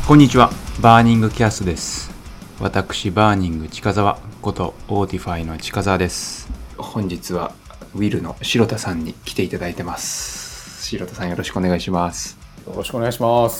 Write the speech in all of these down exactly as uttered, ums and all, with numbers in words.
こんにちは、バーニングキャストです。私、バーニング近沢ことオーティファイの近沢です。本日はウィルの白田さんに来ていただいてます。白田さんよろしくお願いします。 よろしくお願いします。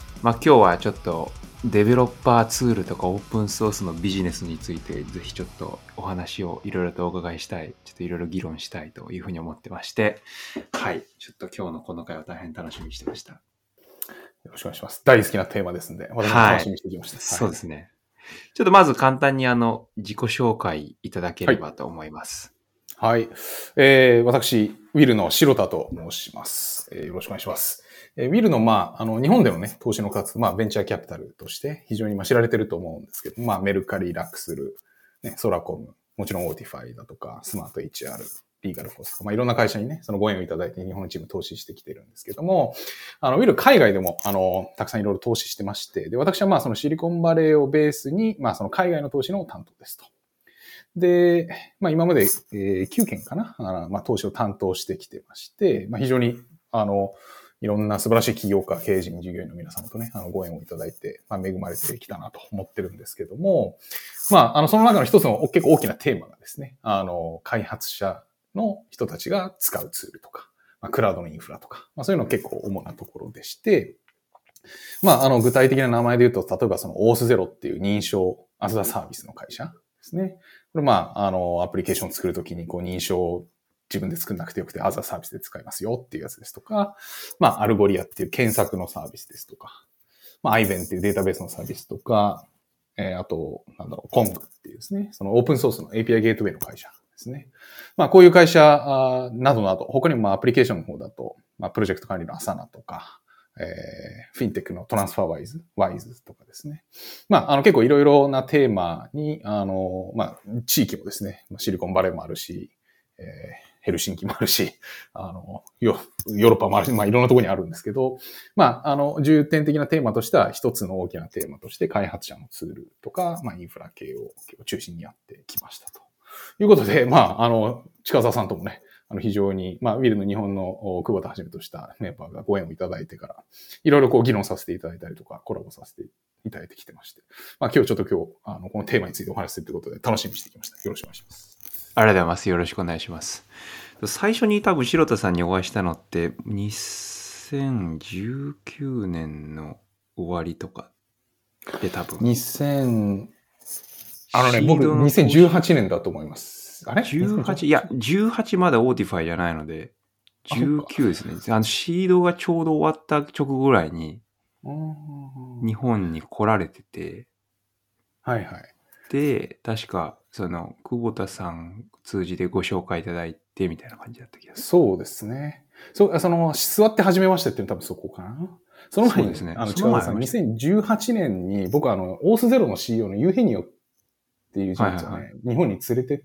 まあ今日はちょっとデベロッパーツールとかオープンソースのビジネスについてぜひちょっとお話をいろいろとお伺いしたい、ちょっといろいろ議論したいというふうに思ってまして、はい、ちょっと今日のこの回を大変楽しみにしてました。 よろしくお願いします。大好きなテーマですので、私も楽しみにしてきました。 はいはい、そうですね。ちょっとまず簡単にあの自己紹介いただければと思います。 はい。はい、えー、私、ウィルの白田と申します。えー、よろしくお願いします。えー、ウィルの、まあ、あの、日本でのね、投資の活動、まあ、ベンチャーキャピタルとして非常にまあ知られてると思うんですけど、まあ、メルカリ、ラクスル、ね、ソラコム、もちろんオーティファイだとか、スマート エイチアール、リーガルフォースとか、まあ、いろんな会社にね、そのご縁をいただいて日本チーム投資してきてるんですけども、あの、ウィル海外でも、あの、たくさんいろいろ投資してまして、で、私はまあ、そのシリコンバレーをベースに、まあ、その海外の投資の担当ですと。で、まあ、今まで、えー、きゅうけんかな、あまあ、投資を担当してきてまして、まあ、非常に、あの、いろんな素晴らしい起業家、経営陣、従業員の皆様とね、あの、ご縁をいただいて、まあ、恵まれてきたなと思ってるんですけども、まあ、あの、その中の一つの結構大きなテーマがですね、あの、開発者の人たちが使うツールとか、まあ、クラウドのインフラとか、まあ、そういうの結構主なところでして、まあ、あの、具体的な名前で言うと、例えばそのオースゼロっていう認証アズアサービスの会社ですね。これまあ、あの、アプリケーションを作るときにこう認証を自分で作んなくてよくてアズアサービスで使いますよっていうやつですとか、まあ、アルゴリアっていう検索のサービスですとか、まあ、アイベンっていうデータベースのサービスとか、えー、あと、なんだろう、コングっていうですね、そのオープンソースの エーピーアイ ゲートウェイの会社ですね。まあ、こういう会社などなど、他にもまあアプリケーションの方だと、まあ、プロジェクト管理のアサナとか、えー、フィンテックのトランスファーワイズ、ワイズとかですね。まあ、あの結構いろいろなテーマに、あの、まあ、地域もですね、シリコンバレーもあるし、えー、ヘルシンキもあるし、あの、ヨーロッパもあるし、まあいろんなところにあるんですけど、まあ、あの、重点的なテーマとしては一つの大きなテーマとして開発者のツールとか、まあインフラ系を中心にやってきましたということで、まあ、あの、近澤さんともね、あの非常に、まあ、ウィルの日本の久保田はじめとしたメンバーがご縁をいただいてから、いろいろこう議論させていただいたりとか、コラボさせていただいてきてまして、まあ今日ちょっと今日、あの、このテーマについてお話しするということで楽しみにしてきました。よろしくお願いします。 ありがとうございます。よろしくお願いします。最初に多分白田さんにお会いしたのってにせんじゅうきゅうねんの終わりとかで多分。 にせん、あのね、僕にせんじゅうはちねんだと思います。あれ ?じゅうはち? いや、じゅうはちまだオーティファイじゃないので、じゅうきゅうですね。あのシードがちょうど終わった直後ぐらいに、日本に来られてて、 はいはい。 で、確か、その、久保田さん通じてご紹介いただいて、みたいな感じだった気がする。 そうですね。そう、その、座って始めましたっていうのは多分そこかな。その前に、ね、あの、近田さん、にせんじゅうはちねんに僕あの、オースゼロの シーイーオー のユーヘニオっていう人物をね、はいはいはい、日本に連れてって、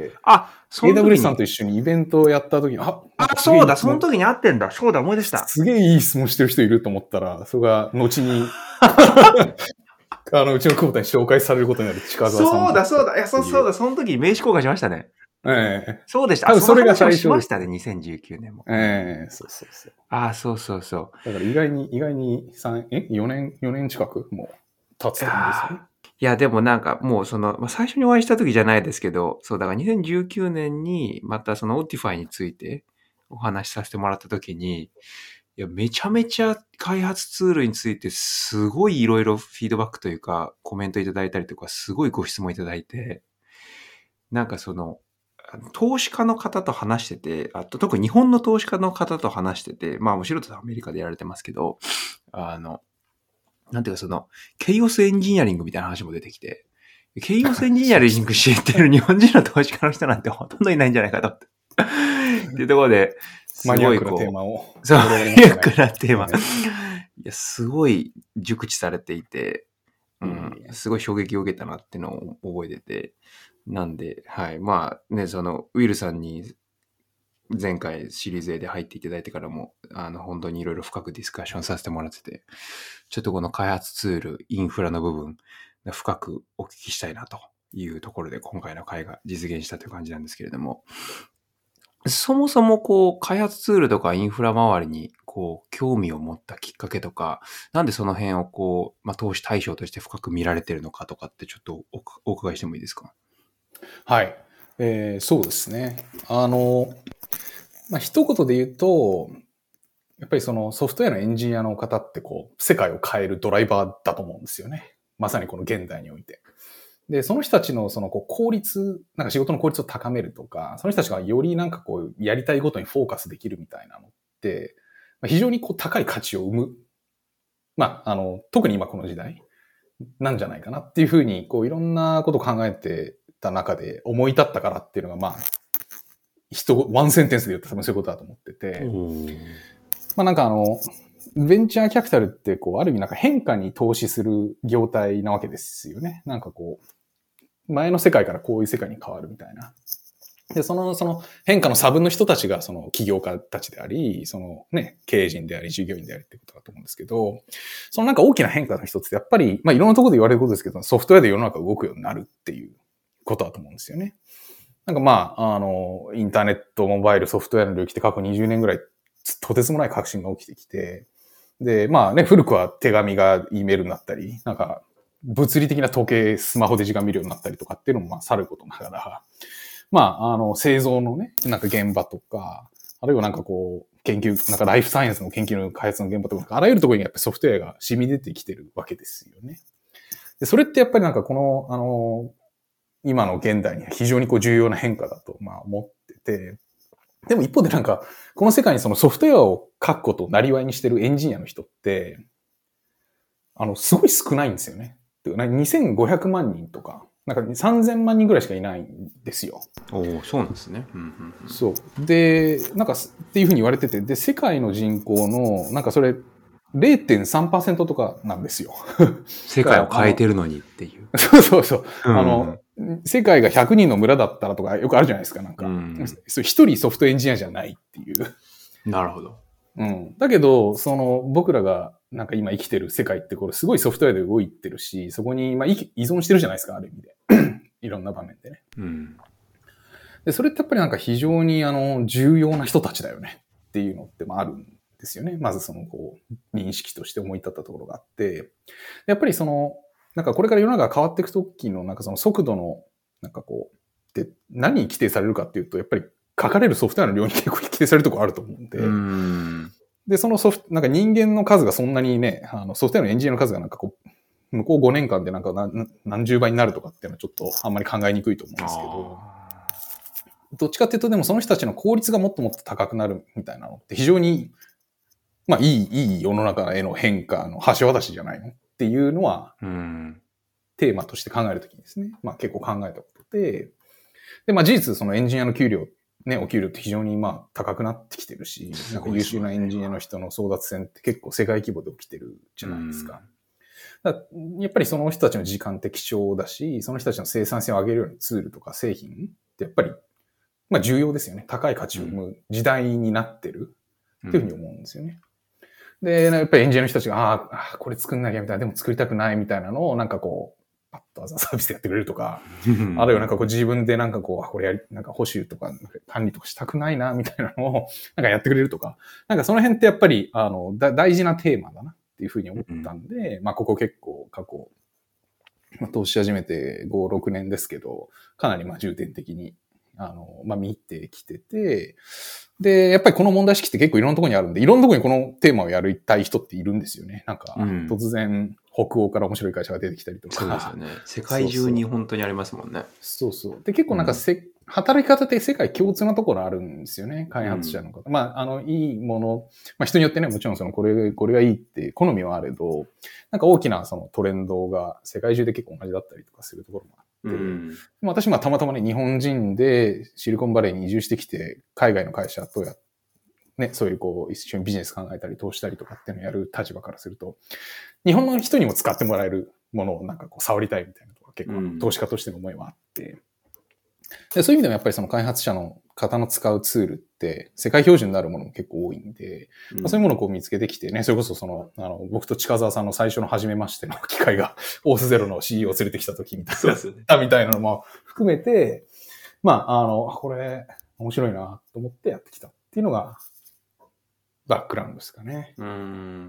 あ、 その時に エーダブリュエス さんと一緒にイベントをやった時に、あ、 あ、そうだ、その時に会ってんだ。そうだ、思い出した。 すげえいい質問してる人いると思ったら、それが後に、あの、うちの久保田に紹介されることになる近澤さん。 そうだ、そうだ。いや、そうそうだ。その時に名刺交換しましたね。 ええー。 そうでした。多分それが最初しましたね、にせんじゅうきゅうねんも。 ええー、そうそうそう。 ああ、そうそうそう。 だから意外に、意外に三えよねん、よねん近くもう経つと思うんですよね。 いや、でもなんかもうその、まあ、最初にお会いした時じゃないですけど、そう、だからにせんじゅうきゅうねんにまたそのオーティファイについてお話しさせてもらった時に、いや、めちゃめちゃ開発ツールについてすごいいろいろフィードバックというかコメントいただいたりとか、すごいご質問いただいて、なんかその、投資家の方と話してて、あと特に日本の投資家の方と話してて、まあもちろんアメリカでやられてますけど、あの、なんていうかその、ケイオスエンジニアリングみたいな話も出てきて、ケイオスエンジニアリング知ってる日本人の投資家の人なんてほとんどいないんじゃないかと。っていうところで、すごいこう、マニアックなテーマを。そう、マニアックなテーマ。いや、すごい熟知されていて、うん、すごい衝撃を受けたなっていうのを覚えてて、なんで、はい。まあね、その、ウィルさんに前回シリーズ A で入っていただいてからも、あの、本当にいろいろ深くディスカッションさせてもらってて、ちょっとこの開発ツール、インフラの部分、深くお聞きしたいなというところで、今回の会が実現したという感じなんですけれども、 そもそもこう、開発ツールとかインフラ周りにこう、興味を持ったきっかけとか、なんでその辺をこう、まあ、投資対象として深く見られてるのかとかってちょっとおお伺いしてもいいですか？ はい。えー、そうですね。あの、まあ、一言で言うと、やっぱりそのソフトウェアのエンジニアの方ってこう、世界を変えるドライバーだと思うんですよね。まさにこの現代において。で、その人たちのそのこう効率、なんか仕事の効率を高めるとか、その人たちがよりなんかこう、やりたいことにフォーカスできるみたいなのって、非常にこう高い価値を生む。まあ、あの、特に今この時代なんじゃないかなっていうふうに、こういろんなことを考えてた中で思い立ったからっていうのが、まあ、人、ワンセンテンスで言ったら多分そういうことだと思ってて、まあなんかあの、ベンチャーキャピタルってこう、ある意味なんか変化に投資する業態なわけですよね。なんかこう、前の世界からこういう世界に変わるみたいな。で、その、その変化の差分の人たちがその起業家たちであり、そのね、経営陣であり、従業員でありってことだと思うんですけど、そのなんか大きな変化の一つってやっぱり、まあいろんなところで言われることですけど、ソフトウェアで世の中動くようになるっていうことだと思うんですよね。なんかまあ、あの、インターネット、モバイル、ソフトウェアの領域って過去にじゅうねんぐらいとてつもない革新が起きてきて、で、まあね、古くは手紙が E メールになったり、なんか物理的な時計、スマホで時間見るようになったりとかっていうのもまあさることながら、まあ、あの、製造のね、なんか現場とか、あるいはなんかこう、研究、なんかライフサイエンスの研究の開発の現場とか、あらゆるところにやっぱりソフトウェアが染み出てきてるわけですよね。で、それってやっぱりなんかこの、あの、今の現代には非常にこう重要な変化だと、まあ思ってて、でも一方でなんか、この世界にそのソフトウェアを書くことを生りにしてるエンジニアの人って、あの、すごい少ないんですよね。にせんごひゃくまんにんとか、なんかさんぜんまんにんぐらいしかいないんですよ。 おお、そうなんですね。うんうんうん、 そう。で、なんか、っていうふうに言われてて、で、世界の人口の、なんかそれ、れいてんさんパーセント とかなんですよ。 世界を変えてるのにっていう。 そうそうそう。 うん、 あの、世界がひゃくにんの村だったらとかよくあるじゃないですか、なんか。うん、そう一人ソフトエンジニアじゃないっていう。 なるほど。 うん。だけど、その、僕らがなんか今生きてる世界ってこれすごいソフトウェアで動いてるし、そこにまあ依存してるじゃないですか、ある意味で。いろんな場面でね。 うん。 で、それってやっぱりなんか非常にあの、重要な人たちだよねっていうのってまああるんですよね。まずそのこう、認識として思い立ったところがあって、やっぱりその、なんかこれから世の中が変わっていくときのなんかその速度の、なんかこう、で、何に規定されるかっていうと、やっぱり書かれるソフトウェアの量に結構規定されるところあると思うんで、 うんで、そのソフト、なんか人間の数がそんなにね、あのソフトウェアのエンジニアの数がなんかこう、向こうごねんかんでなんか何何十倍になるとかっていうのはちょっとあんまり考えにくいと思うんですけど、どっちかっていうとでもその人たちの効率がもっともっと高くなるみたいなのって非常に、まあいい、いい世の中への変化の橋渡しじゃないのっていうのは、うん、テーマとして考えるときにですね、まあ結構考えたことで、で、まあ事実そのエンジニアの給料、ね、お給料って非常にまあ高くなってきてるし、なんか優秀なエンジニアの人の争奪戦って結構世界規模で起きてるじゃないですか。だからやっぱりその人たちの時間って貴重だし、その人たちの生産性を上げるようなツールとか製品ってやっぱりまあ重要ですよね。高い価値を生む時代になってるっていうふうに思うんですよね。うん、で、やっぱりエンジニアの人たちが、ああ、これ作んなきゃみたいな、でも作りたくないみたいなのをなんかこう、パッとアザーサービスでやってくれるとか、あるいはなんかこう自分でなんかこう、これやり、なんか保守とか管理とかしたくないなみたいなのをなんかやってくれるとか、なんかその辺ってやっぱり、あの、だ大事なテーマだなっていうふうに思ったんで、うん、まあここ結構過去、まあ、投資し始めてご、ろくねんですけど、かなりまあ重点的にあの、まあ、見てきてて、で、やっぱりこの問題意識って結構いろんなところにあるんで、いろんなところにこのテーマをやりたい人っているんですよね。なんか、突然、北欧から面白い会社が出てきたりとか。 そうですよね。世界中に本当にありますもんね。 そうそう。で、結構なんかせ、うん、働き方って世界共通なところあるんですよね。開発者の方。うん、まあ、あの、いいもの、まあ人によってね、もちろんその、これ、これがいいって好みはあれど、なんか大きなそのトレンドが世界中で結構同じだったりとかするところもあって、うん、私もたまたまね、日本人でシリコンバレーに移住してきて、海外の会社とや、ね、そういうこう、一緒にビジネス考えたり投したりとかっていうのをやる立場からすると、日本の人にも使ってもらえるものをなんかこう触りたいみたいなとか結構投資家としての思いはあって、でそういう意味でもやっぱりその開発者の方の使うツールって世界標準になるものも結構多いんで、うんまあ、そういうものをこう見つけてきてね、それこそその、あの、僕と近澤さんの最初の初めましての機会がオースゼロの シーイーオー を連れてきた時みたいな、みたいなのも含めて、まあ、あの、これ、 面白いなと思ってやってきたっていうのがバックグラウンドですかね。 うん。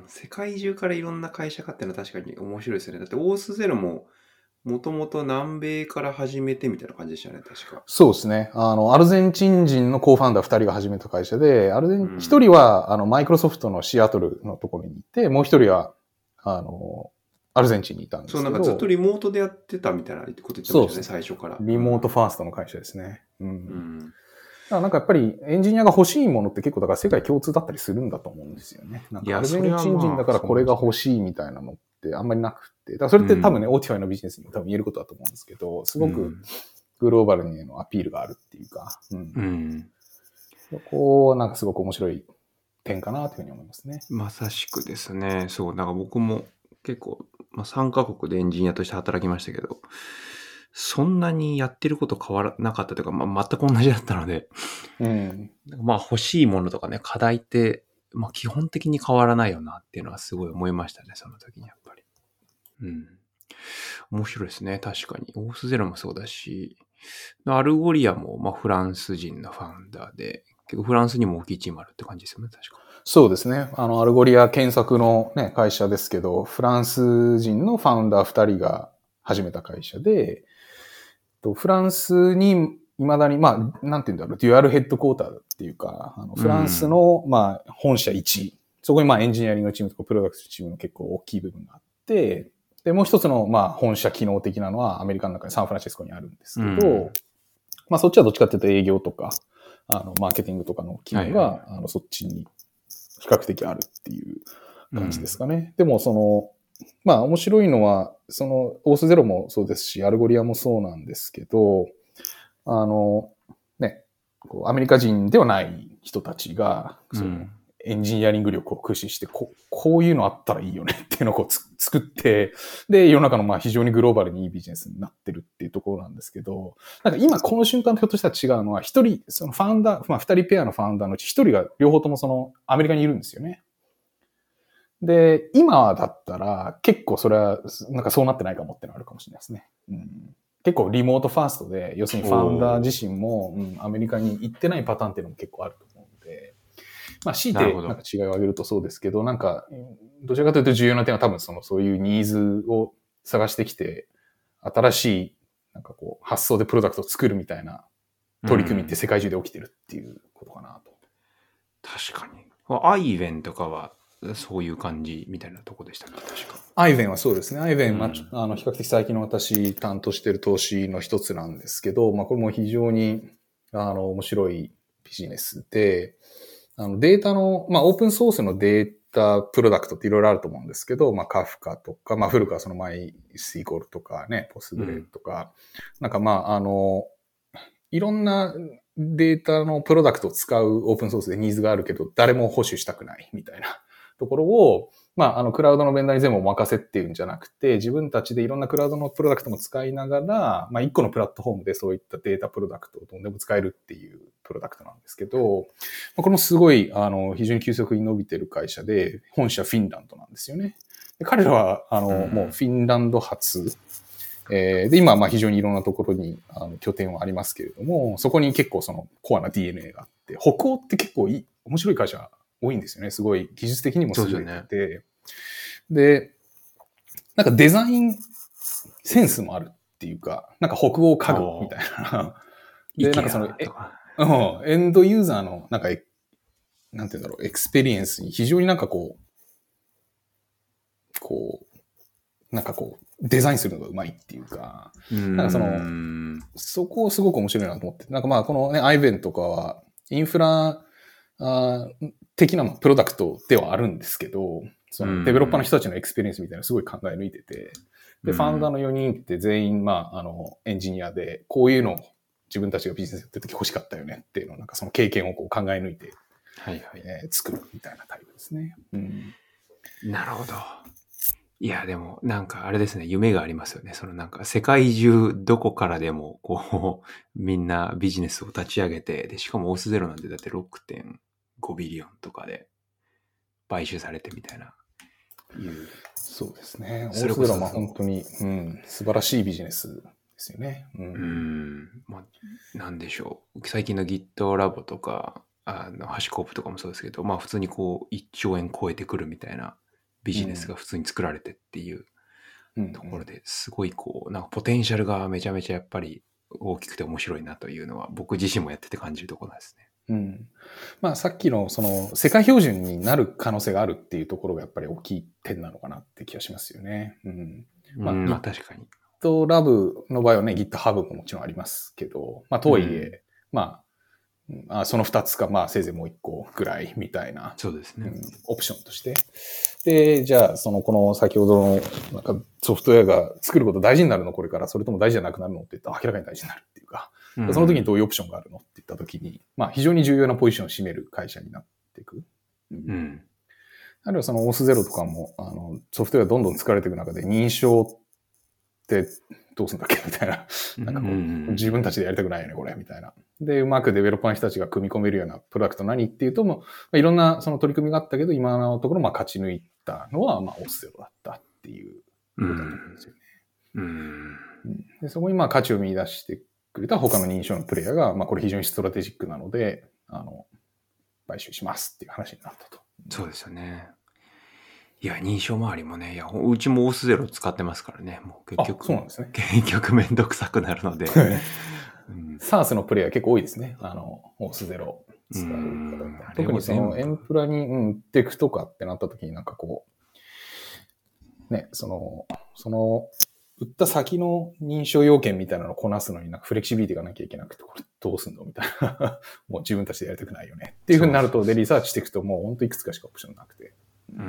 世界中からいろんな会社があってのは確かに面白いですよね。だってオースゼロももともと南米から始めてみたいな感じでしたね、確か。 そうですね。あの、アルゼンチン人のコーファウンダーふたりが始めた会社で、アルゼン、 うん。 一人は、あの、マイクロソフトのシアトルのところにいて、もう一人は、あの、アルゼンチンにいたんでそう、 すけど。 なんかずっとリモートでやってたみたいなこと言ってましたよね、 そうですね。 最初から。 リモートファーストの会社ですね。うん。 うん。 だからなんかやっぱりエンジニアが欲しいものって結構だから世界共通だったりするんだと思うんですよね。なんいや、 かアルゼそれはンチン人だからまあ、 これが欲しいみたいなのってあんまりなくて。だからそれって多分ね、 うん。 オーティファイのビジネスにも多分言えることだと思うんですけど、すごくうん。 グローバルにのアピールがあるっていうか、う。 うんん。 そこはなんかすごく面白い点かなというふうに思いますね。 まさしくですね。そう、なんか僕も結構、まあ、さんカ国でエンジニアとして働きましたけど、そんなにやってること変わらなかったというか、まあ、全く同じだったので、 うん。 なんかまあ欲しいものとかね、課題って、まあ基本的に変わらないよなっていうのはすごい思いましたね、その時にやっぱり。うん。面白いですね、確かに。オースゼロもそうだし、アルゴリアもまあフランス人のファウンダーで、結構フランスにも大きいチームあるって感じですよね、確か。 そうですね。あの、アルゴリア検索のね、会社ですけど、フランス人のファウンダーふたりが始めた会社で、とフランスに未だに、まあ、なんて言うんだろう、デュアルヘッドクォーターっていうか、あのフランスの、まあ、本社いち、そこにまあエンジニアリングチームとかプロダクトチームの結構大きい部分があって、で、もう一つの、まあ、本社機能的なのはアメリカの中にサンフランシスコにあるんですけど、 うん、 まあ、そっちはどっちかっていうと営業とか、あの、マーケティングとかの機能が、 はいはいあの、そっちに比較的あるっていう感じですかね。うん、でも、その、まあ、面白いのは、その、オースゼロもそうですし、アルゴリアもそうなんですけど、あの、ね、こうアメリカ人ではない人たちが、その、うんエンジニアリング力を駆使して、こう、こういうのあったらいいよねっていうのをこうつ作って、で、世の中のまあ非常にグローバルにいいビジネスになってるっていうところなんですけど、なんか今この瞬間とひょっとしたら違うのは、一人、そのファウンダー、まあ二人ペアのファウンダーのうち一人が両方ともそのアメリカにいるんですよね。で、今だったら結構それは、なんかそうなってないかもってのあるかもしれないですね。うん、結構リモートファーストで、要するにファウンダー自身も、うん、アメリカに行ってないパターンっていうのも結構あると思うので、まあ、強いてなんか違いを挙げるとそうですけど、なんか、どちらかというと重要な点は多分その、そういうニーズを探してきて、新しい、なんかこう、発想でプロダクトを作るみたいな取り組みって世界中で起きてるっていうことかなと。 うん、確かに。アイベンとかは、そういう感じみたいなとこでしたっけ、確か。 アイベンはそうですね。アイベン、うん、まあ、あの、比較的最近の私担当している投資の一つなんですけど、まあ、これも非常に、あの、面白いビジネスで、あのデータの、まあオープンソースのデータプロダクトっていろいろあると思うんですけど、まあカフカとか、まあ古くはそのマイスイコールとかね、ポスグレとか、うん、なんかまああの、いろんなデータのプロダクトを使うオープンソースでニーズがあるけど、誰も保守したくないみたいなところを、まあ、あの、クラウドのベンダーに全部お任せっていうんじゃなくて、自分たちでいろんなクラウドのプロダクトも使いながら、まあ、一個のプラットフォームでそういったデータプロダクトをどんでも使えるっていうプロダクトなんですけど、これもすごい、あの、非常に急速に伸びてる会社で、本社フィンランドなんですよね。で彼らは、あの、もうフィンランド発、えー、で、今はまあ非常にいろんなところにあの拠点はありますけれども、そこに結構そのコアな ディーエヌエー があって、北欧って結構いい、面白い会社多いんですよね。すごい技術的にも優れてて。で、ね、なんかデザインセンスもあるっていうか、なんか北欧家具みたいな。で、なんかその、え、うん、エンドユーザーのなんか、なんていうんだろう、エクスペリエンスに非常になんかこう、こう、なんかこう、デザインするのがうまいっていうか、なんかその、そこをすごく面白いなと思って、なんかまあこのね、アイベンとかは、インフラ的なプロダクトではあるんですけど、そのデベロッパーの人たちのエクスペリエンスみたいなのすごい考え抜いてて、で、ファウンダーのよにんって全員、まあ、あの、エンジニアで、こういうのを自分たちがビジネスやってる時欲しかったよねっていうのを、なんかその経験をこう考え抜いて、 はいはいえー、作るみたいなタイプですね。うん、 なるほど。いや、でも、なんかあれですね、夢がありますよね。そのなんか世界中どこからでも、こう、みんなビジネスを立ち上げて、で、しかもオースゼロなんてだって ろくてんごビリオンとかで買収されてみたいな。いうそうですね。オースゼロは本当に、うん、素晴らしいビジネスですよね。うん。 うん。まあ、なんでしょう。最近の GitLab とか、あの、ハシコープとかもそうですけど、まあ普通にこういっちょうえん超えてくるみたいなビジネスが普通に作られてっていううんところですごいこう、なんかポテンシャルがめちゃめちゃやっぱり大きくて面白いなというのは僕自身もやってて感じるところなんですね。 うん。まあさっきのその世界標準になる可能性があるっていうところがやっぱり大きい点なのかなって気がしますよね。うん。まあ、 うん、まあ確かに。 GitLab の場合はね、GitHub ももちろんありますけど、まあとはいえ、 うん、 まあ、あその二つか、まあせいぜいもう一個ぐらいみたいな、 そうですね。 うん、オプションとして。で、じゃあ、その、この先ほどの、なんかソフトウェアが作ること大事になるのこれから、それとも大事じゃなくなるのって言ったら明らかに大事になるっていうか、 うん、 その時にどういうオプションがあるのって言った時に、まあ非常に重要なポジションを占める会社になっていく。うん。 うん、 あるいはそのオースゼロとかも、あの、ソフトウェアどんどん使われていく中で認証ってどうするんだっけみたいな。なんかこう、自分たちでやりたくないよね、これ、みたいな。で、うまくデベロッパーの人たちが組み込めるようなプロダクト何っていうと、もういろんなその取り組みがあったけど、今のところまあ勝ち抜いたのは、まあ、オースゼロだったっていうことだと思うんですよね。 うん、 でそこにまあ価値を見出してくれた他の認証のプレイヤーが、まあこれ非常にストラテジックなので、あの、買収しますっていう話になったと。 そうですよね。いや、認証周りもね、いや、うちもオースゼロ使ってますからね。もう結局、 そうなんですね。 結局めんどくさくなるので。 うん、SaaS のプレイヤー結構多いですね。あの、オースゼロ使う方。特にそのエンプラに、うん、売っていくとかってなった時になんかこう、ね、その、その、売った先の認証要件みたいなのをこなすのになんかフレキシビリティがなきゃいけなくて、これどうすんのみたいな。もう自分たちでやりたくないよね。っていうふうになると、で、リサーチしていくともう本当いくつかしかオプションなくて。 うん。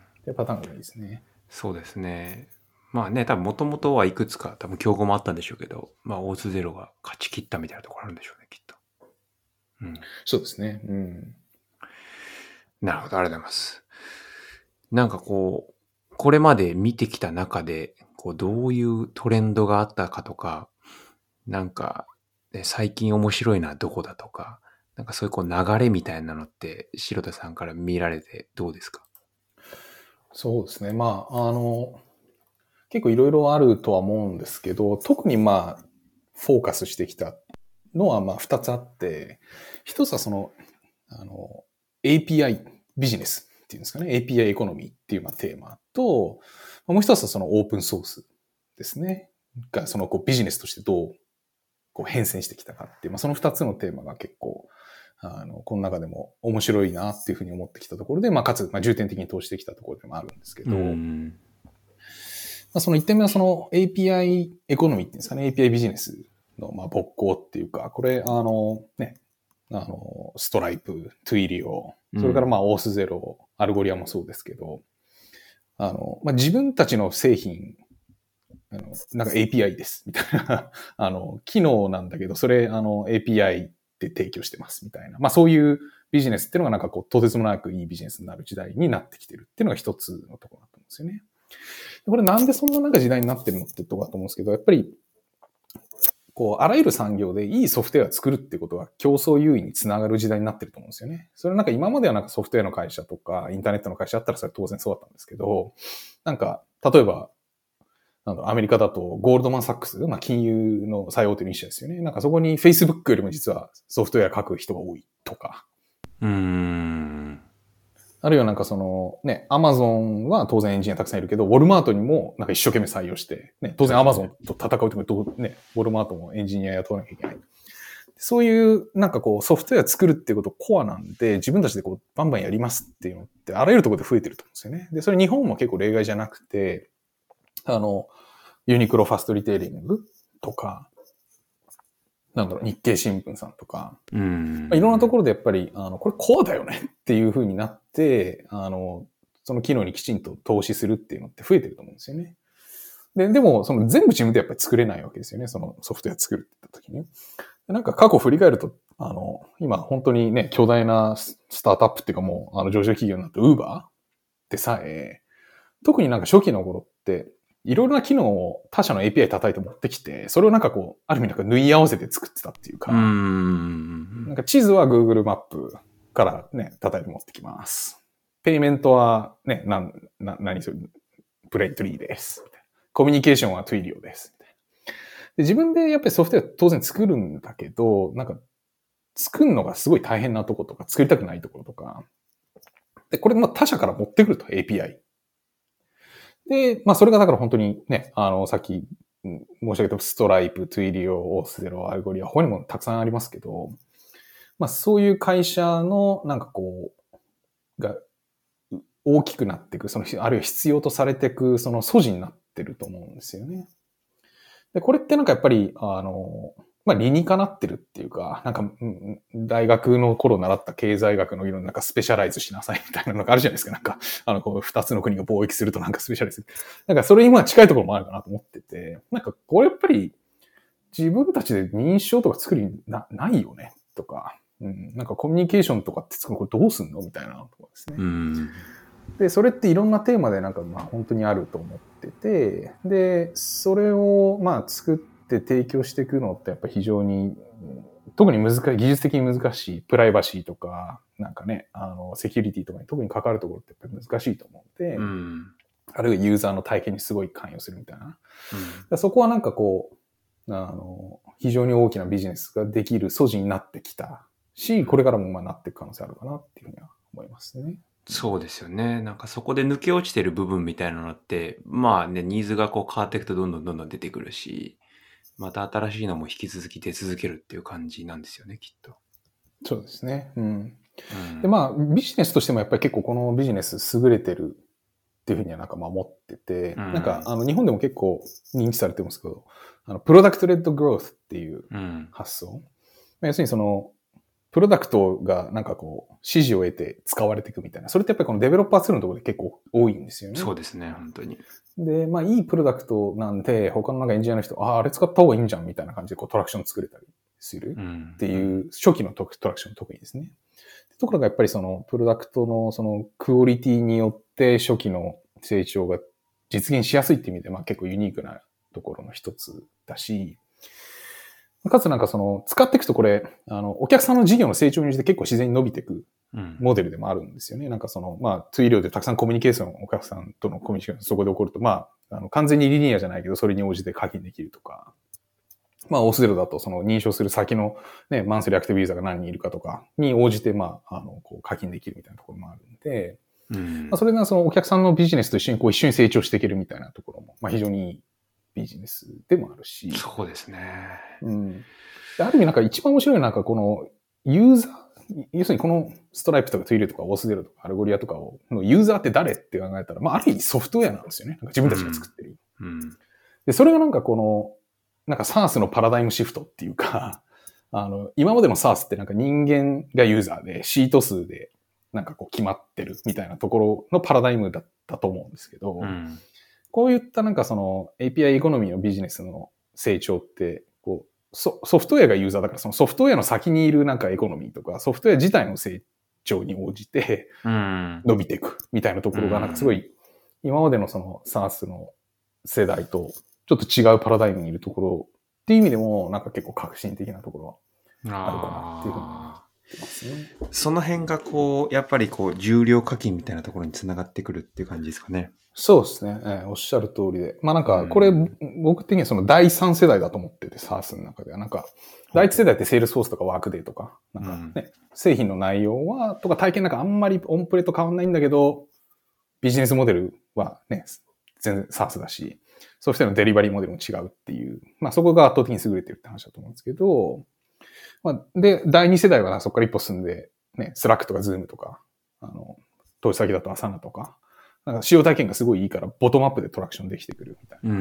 っていうパターンが多いですね。 そうですね。まあね、多分もともとはいくつか多分競合もあったんでしょうけど、まあオースゼロが勝ち切ったみたいなところあるんでしょうね、きっと。 うん。そうですね。うん。 なるほど、ありがとうございます。なんかこう、これまで見てきた中で、こう、どういうトレンドがあったかとか、なんか、ね、最近面白いのはどこだとか、なんかそういうこう流れみたいなのって、白田さんから見られてどうですか？ そうですね。まあ、あの、結構いろいろあるとは思うんですけど、特にまあ、フォーカスしてきたのはまあ二つあって、一つはその、あの、エーピーアイ ビジネスっていうんですかね、エーピーアイ エコノミーっていうまあテーマと、もう一つはそのオープンソースですね。が、そのこうビジネスとしてどうこう変遷してきたかっていう、まあその二つのテーマが結構、あの、この中でも面白いなっていうふうに思ってきたところで、まあかつ、まあ重点的に投資してきたところでもあるんですけど、 うんまあ、その一点目はその エーピーアイ エコノミーっていうんですかね、エーピーアイ ビジネスのまあ勃興っていうか、これ、あの、ね、あの、ストライプ、トゥイリオ、それからまあオースゼロ、アルゴリアもそうですけど、あの、まあ、自分たちの製品、あの、なんか エーピーアイ です、みたいな、あの、機能なんだけど、それ、あの、エーピーアイ で提供してます、みたいな。まあ、そういうビジネスっていうのがなんかこう、とてつもなくいいビジネスになる時代になってきてるっていうのが一つのところだと思うんですよね。これなんでそんななんか時代になってるのってとこだと思うんですけど、やっぱり、こう、あらゆる産業でいいソフトウェアを作るっていうことは競争優位につながる時代になってると思うんですよね。それなんか今まではなんかソフトウェアの会社とかインターネットの会社だったらそれは当然そうだったんですけど、なんか、例えば、なんだアメリカだとゴールドマンサックス、まあ金融の最大手の一社ですよね。なんかそこに Facebook よりも実はソフトウェア書く人が多いとか。 うーん。 あるいはなんかそのね、アマゾンは当然エンジニアたくさんいるけど、ウォルマートにもなんか一生懸命採用して、ね、当然アマゾンと戦うときどうね、ウォルマートもエンジニア雇わなきゃいけない。そういうなんかこうソフトウェア作るっていうことコアなんで、自分たちでこうバンバンやりますっていうのってあらゆるところで増えてると思うんですよね。で、それ日本も結構例外じゃなくて、あの、ユニクロファストリテイリングとか、なんだろう、日経新聞さんとか、 うん。 まあ、いろんなところでやっぱり、あの、これコアだよねっていう風になって、あの、その機能にきちんと投資するっていうのって増えてると思うんですよね。で、でも、その全部自分でやっぱり作れないわけですよね。そのソフトウェア作るって言った時に。なんか過去振り返ると、あの、今本当にね、巨大なスタートアップっていうかもう、あの、上場企業になった Uber でさえ、特になんか初期の頃って、いろいろな機能を他社の エーピーアイ 叩いて持ってきて、それをなんかこう、ある意味なんか縫い合わせて作ってたっていうか、 うーん。 なんか地図は Google マップからね、叩いて持ってきます。ペイメントはね、なん、な、何するプレイトリーです。コミュニケーションは Twilio です。 で自分でやっぱりソフトウェア当然作るんだけど、なんか作るのがすごい大変なとことか、作りたくないところとか。で、これまあ他社から持ってくると エーピーアイ。で、まあそれがだから本当にね、あの、さっき申し上げたストライプ、トゥイリオ、オースゼロ、アルゴリア、他にもたくさんありますけど、まあそういう会社のなんかこう、が大きくなっていく、その、あるいは必要とされていく、その素地になってると思うんですよね。で、これってなんかやっぱり、あの、まあ理にかなってるっていうか、なんか、うん、大学の頃習った経済学の議論なんかスペシャライズしなさいみたいなのがあるじゃないですか。なんか、あの、こう、二つの国が貿易するとなんかスペシャライズ。なんかそれにまあ近いところもあるかなと思ってて、なんかこれやっぱり自分たちで認証とか作りな、ないよねとか、うん、なんかコミュニケーションとかって作るのこれどうすんのみたいなところですね。 うんで、それっていろんなテーマでなんかまあ本当にあると思ってて、で、それをまあ作って提供していくのってやっぱ非常に、特に難しい、技術的に難しい、プライバシーとか、なんかね、あの、セキュリティとかに特に関わるところってやっぱり難しいと思うので、 うん、 あるいはユーザーの体験にすごい関与するみたいな。 うん、 そこはなんかこう、あの、非常に大きなビジネスができる素地になってきたし、これからもまあなっていく可能性あるかなっていうふうには思いますね。 そうですよね。なんかそこで抜け落ちてる部分みたいなのって、まあね、ニーズがこう変わっていくとどんどんどんどん出てくるし、また新しいのも引き続き出続けるっていう感じなんですよね、きっと。 そうですね。うん。 うん、 で、まあ、ビジネスとしてもやっぱり結構このビジネス優れてるっていうふうにはなんかまあ思ってて、 うん、 なんかあの日本でも結構認知されてますけど、あの、プロダクトレッドグロースっていう発想。うん、要するにその、プロダクトがなんかこう、支持を得て使われていくみたいな。それってやっぱりこのデベロッパーツールのところで結構多いんですよね。 そうですね、本当に。 で、まあいいプロダクトなんで、他のなんかエンジニアの人、ああ、あれ使った方がいいんじゃんみたいな感じでこうトラクション作れたりするっていう初期のトラクション特にですね。ところがやっぱりそのプロダクトのそのクオリティによって初期の成長が実現しやすいっていう意味で、まあ結構ユニークなところの一つだし、かつなんかその使っていくとこれ、あの、お客さんの事業の成長に応じて結構自然に伸びていくモデルでもあるんですよね。うん、なんかその、まあ、ツイリオでたくさんコミュニケーション、お客さんとのコミュニケーションそこで起こると、まあ、あの完全にリニアじゃないけど、それに応じて課金できるとか、まあ、オースゼロだとその認証する先のね、マンスリーアクティブユーザーが何人いるかとかに応じて、まあ、あの、こう課金できるみたいなところもあるんで、うんまあ、それがそのお客さんのビジネスと一緒にこう一緒に成長していけるみたいなところも、まあ、非常にいいビジネスでもあるし。 そうですね。 うん。ある意味なんか一番面白いのはなんかこのユーザー、要するにこのストライプとかトゥイルとかオースゼロとかアルゴリアとかを、のユーザーって誰って考えたら、まあある意味ソフトウェアなんですよね。なんか自分たちが作ってる。うんうん、で、それがなんかこの、なんか SaaS のパラダイムシフトっていうか、あの、今までの SaaS ってなんか人間がユーザーでシート数でなんかこう決まってるみたいなところのパラダイムだったと思うんですけど、うん、こういったなんかその エーピーアイ エコノミーのビジネスの成長って、こう、ソ, ソフトウェアがユーザーだから、そのソフトウェアの先にいるなんかエコノミーとか、ソフトウェア自体の成長に応じて伸びていくみたいなところが、なんかすごい、今までのその SaaS の世代とちょっと違うパラダイムにいるところっていう意味でも、なんか結構革新的なところはあるかなっていうふうに思ってますね。 その辺がこう、やっぱりこう、重量課金みたいなところにつながってくるっていう感じですかね。 そうですね、えー。おっしゃる通りで。まあなんか、これ、うん、僕的にはそのだいさん世代だと思ってて、SaaS の中では。なんか、だいいち世代って Salesforce とか Workday とか、なんかね、うん、製品の内容は、とか体験なんかあんまりオンプレと変わんないんだけど、ビジネスモデルはね、全然 SaaS だし、そうしてのデリバリーモデルも違うっていう、まあそこが圧倒的に優れてるって話だと思うんですけど、まあ、で、だいに世代はそこから一歩進んで、ね、Slack とか Zoom とか、あの、投資先だと Asana とか、なんか使用体験がすごいいいから、ボトムアップでトラクションできてくるみたいな。うん、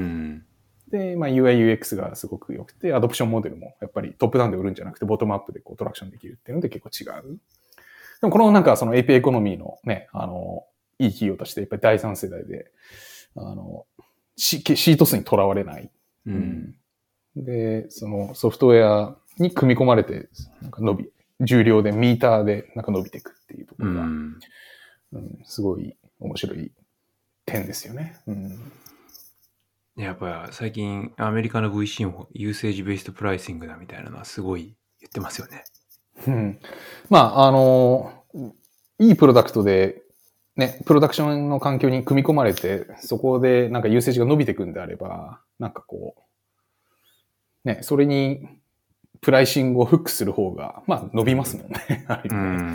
で、まあ ユーアイユーエックス がすごく良くて、アドプションモデルもやっぱりトップダウンで売るんじゃなくて、ボトムアップでこうトラクションできるっていうので結構違う。でもこのなんかその エーピーアイ エコノミーのね、あの、いい企業としてやっぱりだいさん世代で、あの、シート数にとらわれない。うん、で、そのソフトウェアに組み込まれて、なんか伸び、重量でミーターでなんか伸びていくっていうところが、うんうん、すごい面白い点ですよね。うん、 やっぱ最近アメリカの ブイシー もユーセージベースドプライシングだみたいなのはすごい言ってますよね。 うん、まあ、あの、いいプロダクトで、ね、プロダクションの環境に組み込まれて、そこでなんかユーセージが伸びていくんであれば、なんかこう、 ね、それにプライシングをフックする方が、まあ伸びますもんね。 うん、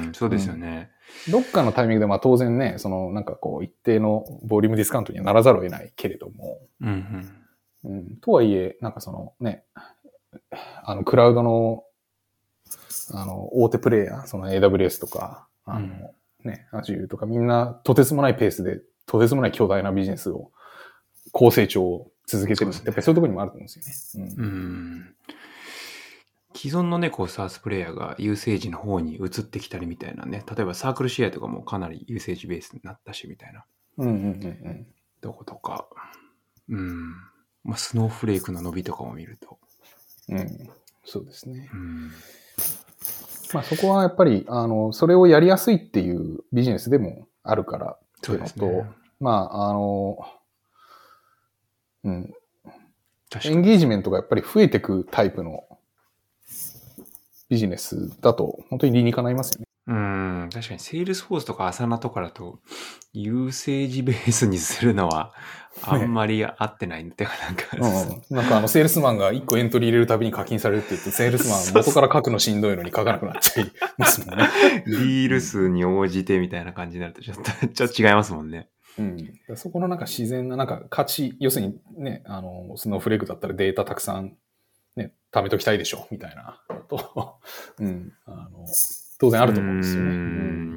そうですよね。 うん、どっかのタイミングでまあ当然ね、そのなんかこう一定のボリュームディスカウントにはならざるを得ないけれども、 うんうん、 うん、とはいえ、なんかそのね、あのクラウドのあの大手プレイヤー、その エーダブリューエス とか、あの、うん、ね、Azure とかみんなとてつもないペースで、とてつもない巨大なビジネスを、高成長を続けてるって、やっぱりそういうところにもあると思うんですよね。うん。 うん既存のね、こう、SaaS プレイヤーがユーセージの方に移ってきたりみたいなね、例えばサークルシェアとかもかなりユーセージベースになったしみたいな。 うんうんうんうん。 とことか。うん。まあ、スノーフレークの伸びとかも見ると。 うん。そうですね。 うん。 まあそこはやっぱり、あの、それをやりやすいっていうビジネスでもあるからっていうのと、ね、まあ、あの、うん。エンゲージメントがやっぱり増えていくタイプのビジネスだと本当に理にかないますよね。 うん、確かにセールスフォースとかアサナとかだと、ユーセージベースにするのはあんまり合ってないんで、ね、なんか、 うん、なんかあのセールスマンがいっこエントリー入れるたびに課金されるって言って、セールスマン元から書くのしんどいのに書かなくなっちゃいますもんね。 ディール数に応じてみたいな感じになるとちょっと、ちょっと違いますもんね。 うん、そこのなんか自然ななんか価値、要するにね、あの、スノーフレークだったらデータたくさんね、貯めときたいでしょ、みたいなと、うん、あの、当然あると思うんですよね。うん、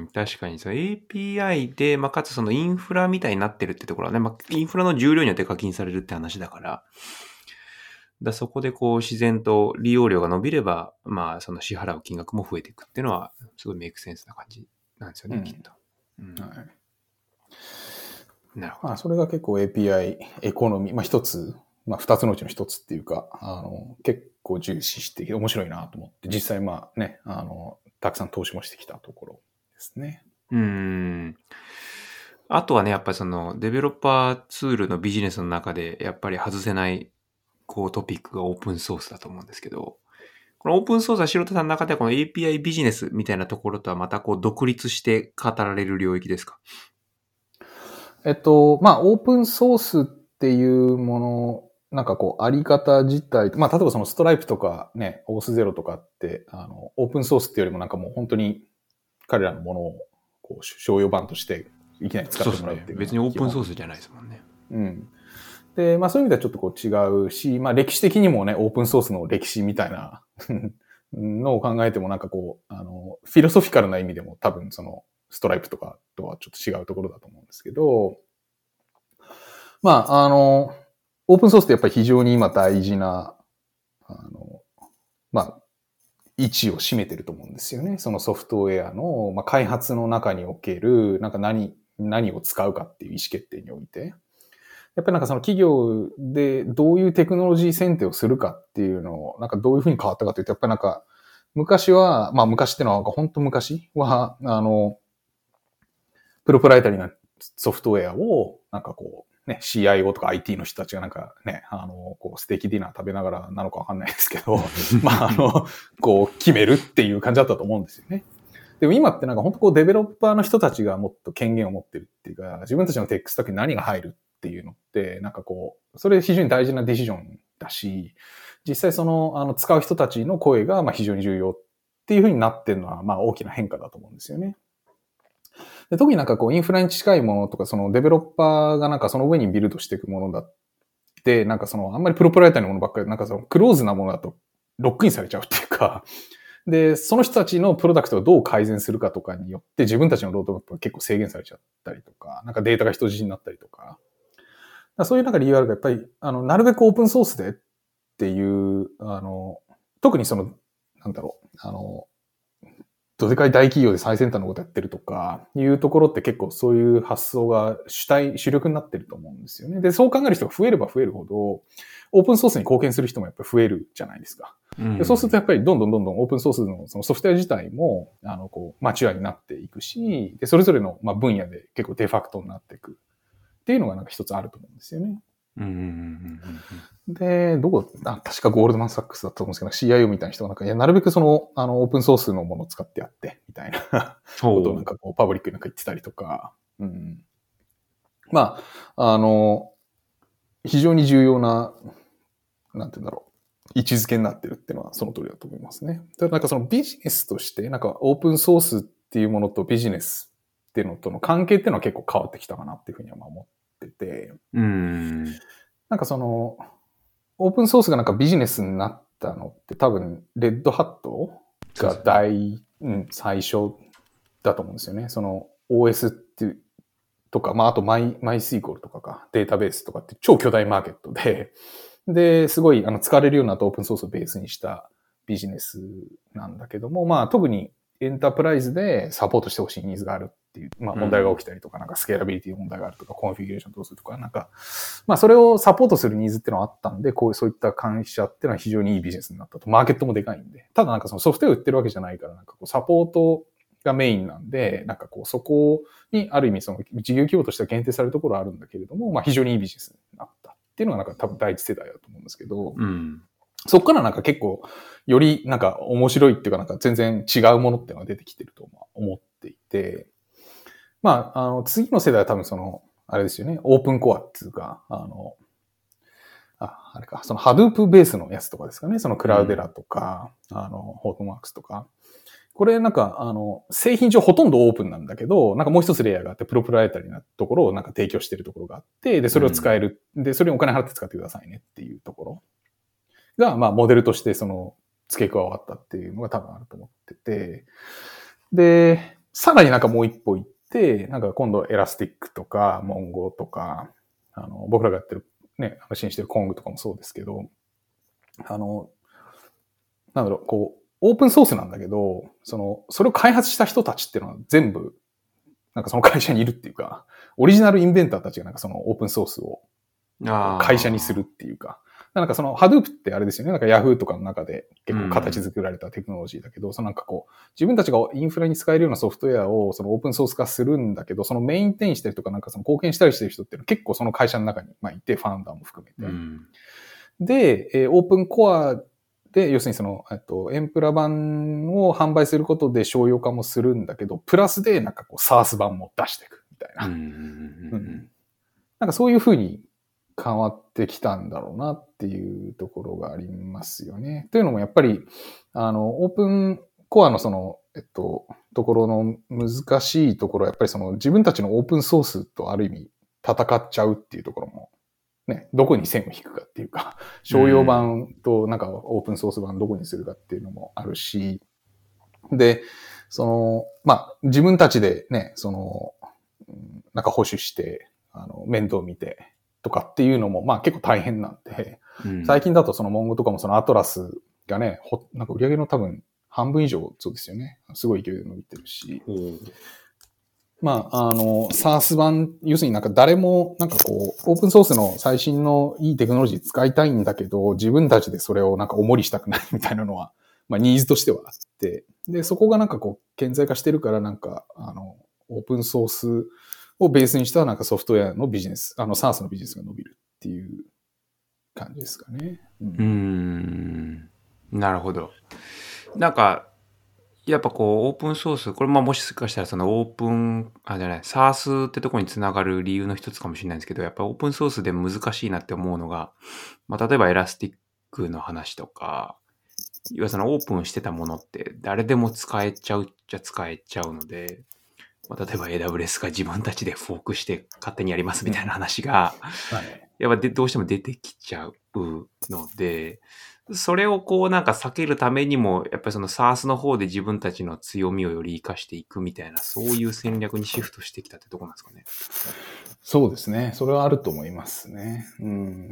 確かにその エーピーアイ で、まあ、かつそのインフラみたいになってるってところはね、まあ、インフラの重量によって課金されるって話だから、だそこでこう自然と利用料が伸びれば、まあその支払う金額も増えていくっていうのは、すごいメイクセンスな感じなんですよね、うん、きっと。うん、はい。 なるほど。まあそれが結構 エーピーアイ エコノミー、まあ一つ、まあ二つのうちの一つっていうか、あの、結構重視して面白いなと思って、実際まあね、あの、たくさん投資もしてきたところですね。 うん。あとはね、やっぱりそのデベロッパーツールのビジネスの中でやっぱり外せないこうトピックがオープンソースだと思うんですけど、このオープンソースは素人さんの中ではこの エーピーアイ ビジネスみたいなところとはまたこう独立して語られる領域ですか？ えっと、まあオープンソースっていうもの、なんかこう、あり方自体、まあ、例えばそのストライプとかね、オースゼロとかって、あの、オープンソースっていうよりもなんかもう本当に彼らのものを、こう、商用版としていきなり使ってもらうっていう。 別にオープンソースじゃないですもんね。 うん。で、まあそういう意味ではちょっとこう違うし、まあ歴史的にもね、オープンソースの歴史みたいなのを考えてもなんかこう、あの、フィロソフィカルな意味でも多分その、ストライプとかとはちょっと違うところだと思うんですけど、まあ、あの、オープンソースってやっぱり非常に今大事な、あの、まあ、位置を占めてると思うんですよね。そのソフトウェアの、まあ、開発の中における、なんか何、何を使うかっていう意思決定において。やっぱりなんかその企業でどういうテクノロジー選定をするかっていうのを、なんかどういうふうに変わったかというと、やっぱりなんか、昔は、まあ昔ってのは、本当昔は、あの、プロプライタリーなソフトウェアを、なんかこう、ね、シーアイオー とか アイティー の人たちがなんかね、あの、こう、ステーキディナー食べながらなのかわかんないですけど、まあ、あの、こう、決めるっていう感じだったと思うんですよね。でも今ってなんか本当こう、デベロッパーの人たちがもっと権限を持ってるっていうか、自分たちのテックスタックに何が入るっていうのって、なんかこう、それ非常に大事なディシジョンだし、実際その、あの、使う人たちの声が、まあ非常に重要っていうふうになってるのは、まあ大きな変化だと思うんですよね。で特になんかこうインフラに近いものとか、そのデベロッパーがなんかその上にビルドしていくものだって、なんかそのあんまりプロプライターのものばっかり、なんかそのクローズなものだとロックインされちゃうっていうか、で、その人たちのプロダクトをどう改善するかとかによって自分たちのロードマップが結構制限されちゃったりとか、なんかデータが人質になったりとか、かそういうなんか理由あるが、やっぱり、あの、なるべくオープンソースでっていう、あの、特にその、なんだろう、あの、どでかい大企業で最先端のことやってるとか、いうところって結構そういう発想が主体、主力になってると思うんですよね。で、そう考える人が増えれば増えるほど、オープンソースに貢献する人もやっぱり増えるじゃないですか。うん、でそうするとやっぱりどんどんどんどんオープンソースのそのソフトウェア自体も、あの、こう、マチュアになっていくし、で、それぞれのまあ分野で結構デファクトになっていくっていうのがなんか一つあると思うんですよね。うんうんうんうん、で、どこ、あ、確かゴールドマンサックスだと思うんですけど、シーアイオー みたいな人がなんか、いや、なるべくその、あの、オープンソースのものを使ってやって、みたいなことをなんかこう、パブリックになんか言ってたりとか、うん。まあ、あの、非常に重要な、なんて言うんだろう、 位置づけになってるっていうのはその通りだと思いますね。ただなんかそのビジネスとして、なんかオープンソースっていうものとビジネスっていうのとの関係っていうのは結構変わってきたかなっていうふうには思ってて、 うん。 なんかその、オープンソースがなんかビジネスになったのって多分、レッドハットが大、うん、最初だと思うんですよね。その オーエス っていう、とか、まああとマイ、マイスイコールとかか、データベースとかって超巨大マーケットで、で、すごい、あの、使われるようになったオープンソースをベースにしたビジネスなんだけども、まあ特にエンタープライズでサポートしてほしいニーズがあるっていう、まあ問題が起きたりとか、なんかスケーラビリティの問題があるとか、コンフィギュレーションどうするとか、なんか、まあそれをサポートするニーズっていうのはあったんで、こういうそういった会社っていうのは非常にいいビジネスになったと。マーケットもでかいんで。ただなんかそのソフトウェア売ってるわけじゃないから、なんかこうサポートがメインなんで、なんかこうそこにある意味その事業規模としては限定されるところはあるんだけれども、まあ非常にいいビジネスになったっていうのがなんか多分第一世代だと思うんですけど、 うん、 そこからなんか結構よりなんか面白いっていうかなんか全然違うものっていうのが出てきてると思っていて、まあ、あの次の世代は多分その、あれですよね、オープンコアっていうか、あの、あ、あれか、その Hadoop ベースのやつとかですかね、そのクラウデラとか、うん、あの、ホートマークスとか、これなんか、あの、製品上ほとんどオープンなんだけど、なんかもう一つレイヤーがあって、プロプライタリーなところをなんか提供してるところがあって、で、それを使える。うん、で、それにお金払って使ってくださいねっていうところが、まあ、モデルとしてその、付け加わったっていうのが多分あると思ってて、で、さらになんかもう一歩行って、なんか今度エラスティックとか、モンゴとか、あの、僕らがやってる、ね、発信してるコングとかもそうですけど、あの、なんだろう、こう、オープンソースなんだけど、その、それを開発した人たちっていうのは全部、なんかその会社にいるっていうか、オリジナルインベンターたちがなんかそのオープンソースを会社にするっていうか、なんかその Hadoop ってあれですよね、なんか Yahoo とかの中で結構形作られたテクノロジーだけど、うん、そのなんかこう、自分たちがインフラに使えるようなソフトウェアをそのオープンソース化するんだけど、そのメインテインしたりとかなんかその貢献したりしてる人っていうのは結構その会社の中にまあいて、ファウンダーも含めて。うん、で、えー、オープンコアで、要するにその、えっと、エンプラ版を販売することで商用化もするんだけど、プラスでなんかこう SaaS 版も出していくみたいな。うんうん、なんかそういうふうに変わってきたんだろうなっていうところがありますよね。というのもやっぱり、あの、オープンコアのその、えっと、ところの難しいところはやっぱりその自分たちのオープンソースとある意味戦っちゃうっていうところもね、どこに線を引くかっていうか、商用版となんかオープンソース版どこにするかっていうのもあるし、で、その、まあ、自分たちでね、その、なんか保守して、あの、面倒見てとかっていうのも、まあ結構大変なんで、うん、最近だとそのモンゴとかもそのアトラスがね、ほなんか売り上げの多分半分以上そうですよね。すごい勢いで伸びてるし、うんまあ、あの、SaaS 版、要するになんか誰も、なんかこう、オープンソースの最新のいいテクノロジー使いたいんだけど、自分たちでそれをなんかおもりしたくないみたいなのは、まあニーズとしてはあって、で、そこがなんかこう、顕在化してるから、なんか、あの、オープンソースをベースにしたなんかソフトウェアのビジネス、あの、SaaS のビジネスが伸びるっていう感じですかね。 うん、うーんなるほど。なんか、やっぱこう、オープンソース、これまあもしかしたらそのオープン、あ、じゃない、SaaS ってとこにつながる理由の一つかもしれないんですけど、やっぱオープンソースで難しいなって思うのが、まあ例えばエラスティックの話とか、要はそのオープンしてたものって誰でも使えちゃうっちゃ使えちゃうので、まあ、例えば エーダブリューエス が自分たちでフォークして勝手にやりますみたいな話が、はい、やっぱでどうしても出てきちゃうので、それをこうなんか避けるためにも、やっぱりその SaaS の方で自分たちの強みをより活かしていくみたいな、そういう戦略にシフトしてきたってとこなんですかね。 そうですね。それはあると思いますね。うん。